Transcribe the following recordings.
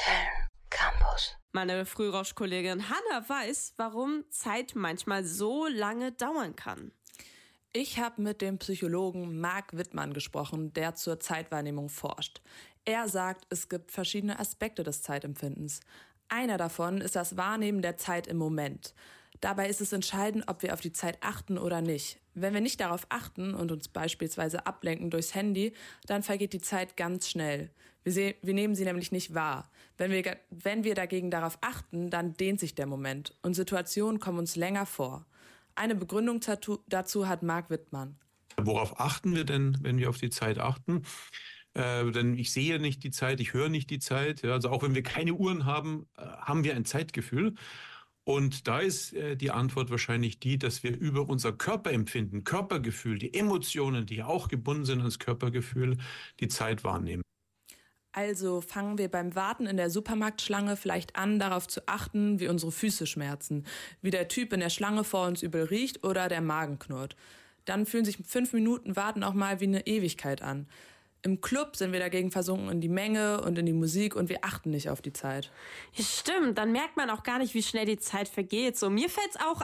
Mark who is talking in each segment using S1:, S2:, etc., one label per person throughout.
S1: Köln Campus.
S2: Meine Frührausch-Kollegin Hanna weiß, warum Zeit manchmal so lange dauern kann.
S3: Ich habe mit dem Psychologen Marc Wittmann gesprochen, der zur Zeitwahrnehmung forscht. Er sagt, es gibt verschiedene Aspekte des Zeitempfindens. Einer davon ist das Wahrnehmen der Zeit im Moment. Dabei ist es entscheidend, ob wir auf die Zeit achten oder nicht. Wenn wir nicht darauf achten und uns beispielsweise ablenken durchs Handy, dann vergeht die Zeit ganz schnell. Wir nehmen sie nämlich nicht wahr. Wenn wir dagegen darauf achten, dann dehnt sich der Moment und Situationen kommen uns länger vor. Eine Begründung dazu hat Marc Wittmann.
S4: Worauf achten wir denn, wenn wir auf die Zeit achten? Denn ich sehe nicht die Zeit, ich höre nicht die Zeit. Ja, also auch wenn wir keine Uhren haben, haben wir ein Zeitgefühl. Und da ist die Antwort wahrscheinlich die, dass wir über unser Körperempfinden, Körpergefühl, die Emotionen, die ja auch gebunden sind ans Körpergefühl, die Zeit wahrnehmen.
S3: Also fangen wir beim Warten in der Supermarktschlange vielleicht an, darauf zu achten, wie unsere Füße schmerzen, wie der Typ in der Schlange vor uns übel riecht oder der Magen knurrt. Dann fühlen sich 5 Minuten Warten auch mal wie eine Ewigkeit an. Im Club sind wir dagegen versunken in die Menge und in die Musik und wir achten nicht auf die Zeit.
S2: Ja, stimmt, dann merkt man auch gar nicht, wie schnell die Zeit vergeht. So, mir fällt's auch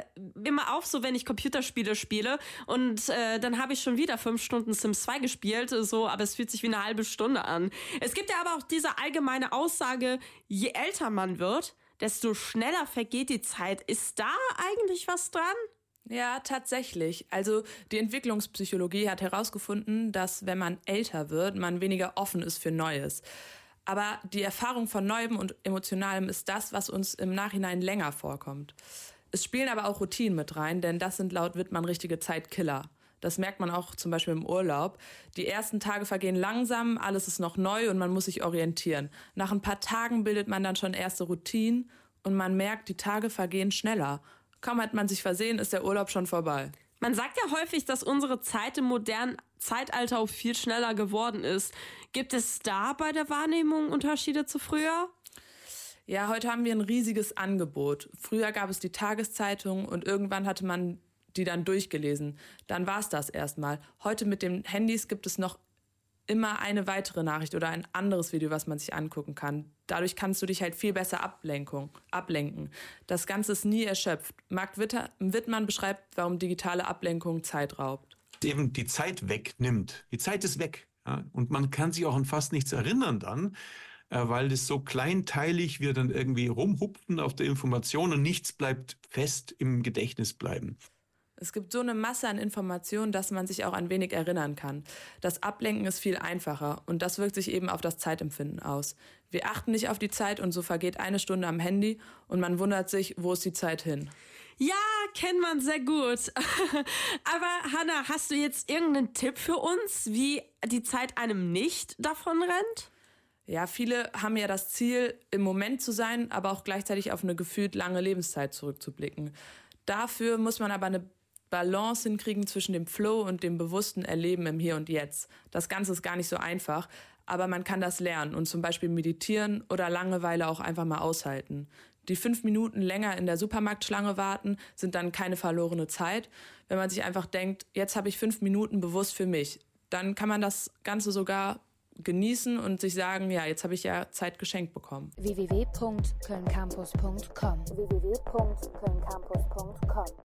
S2: immer auf, so wenn ich Computerspiele spiele und dann habe ich schon wieder 5 Stunden Sims 2 gespielt, so, aber es fühlt sich wie eine halbe Stunde an. Es gibt ja aber auch diese allgemeine Aussage, je älter man wird, desto schneller vergeht die Zeit. Ist da eigentlich was dran?
S3: Ja, tatsächlich. Also die Entwicklungspsychologie hat herausgefunden, dass wenn man älter wird, man weniger offen ist für Neues. Aber die Erfahrung von Neuem und Emotionalem ist das, was uns im Nachhinein länger vorkommt. Es spielen aber auch Routinen mit rein, denn das sind laut Wittmann richtige Zeitkiller. Das merkt man auch zum Beispiel im Urlaub. Die ersten Tage vergehen langsam, alles ist noch neu und man muss sich orientieren. Nach ein paar Tagen bildet man dann schon erste Routinen und man merkt, die Tage vergehen schneller. Kaum hat man sich versehen, ist der Urlaub schon vorbei.
S2: Man sagt ja häufig, dass unsere Zeit im modernen Zeitalter auch viel schneller geworden ist. Gibt es da bei der Wahrnehmung Unterschiede zu früher?
S3: Ja, heute haben wir ein riesiges Angebot. Früher gab es die Tageszeitung und irgendwann hatte man die dann durchgelesen. Dann war es das erstmal. Heute mit den Handys gibt es noch immer eine weitere Nachricht oder ein anderes Video, was man sich angucken kann. Dadurch kannst du dich halt viel besser ablenken. Das Ganze ist nie erschöpft. Marc Wittmann beschreibt, warum digitale Ablenkung Zeit raubt.
S4: Eben die Zeit wegnimmt. Die Zeit ist weg. Ja? Und man kann sich auch an fast nichts erinnern dann, weil das so kleinteilig wir dann irgendwie rumhupfen auf der Information und nichts bleibt fest im Gedächtnis bleiben.
S3: Es gibt so eine Masse an Informationen, dass man sich auch an wenig erinnern kann. Das Ablenken ist viel einfacher und das wirkt sich eben auf das Zeitempfinden aus. Wir achten nicht auf die Zeit und so vergeht 1 Stunde am Handy und man wundert sich, wo ist die Zeit hin?
S2: Ja, kennt man sehr gut. Aber Hanna, hast du jetzt irgendeinen Tipp für uns, wie die Zeit einem nicht davon rennt?
S3: Ja, viele haben ja das Ziel, im Moment zu sein, aber auch gleichzeitig auf eine gefühlt lange Lebenszeit zurückzublicken. Dafür muss man aber eine Balance hinkriegen zwischen dem Flow und dem bewussten Erleben im Hier und Jetzt. Das Ganze ist gar nicht so einfach, aber man kann das lernen und zum Beispiel meditieren oder Langeweile auch einfach mal aushalten. Die 5 Minuten länger in der Supermarktschlange warten sind dann keine verlorene Zeit. Wenn man sich einfach denkt, jetzt habe ich 5 Minuten bewusst für mich, dann kann man das Ganze sogar genießen und sich sagen, ja, jetzt habe ich ja Zeit geschenkt bekommen.
S1: www.kölncampus.com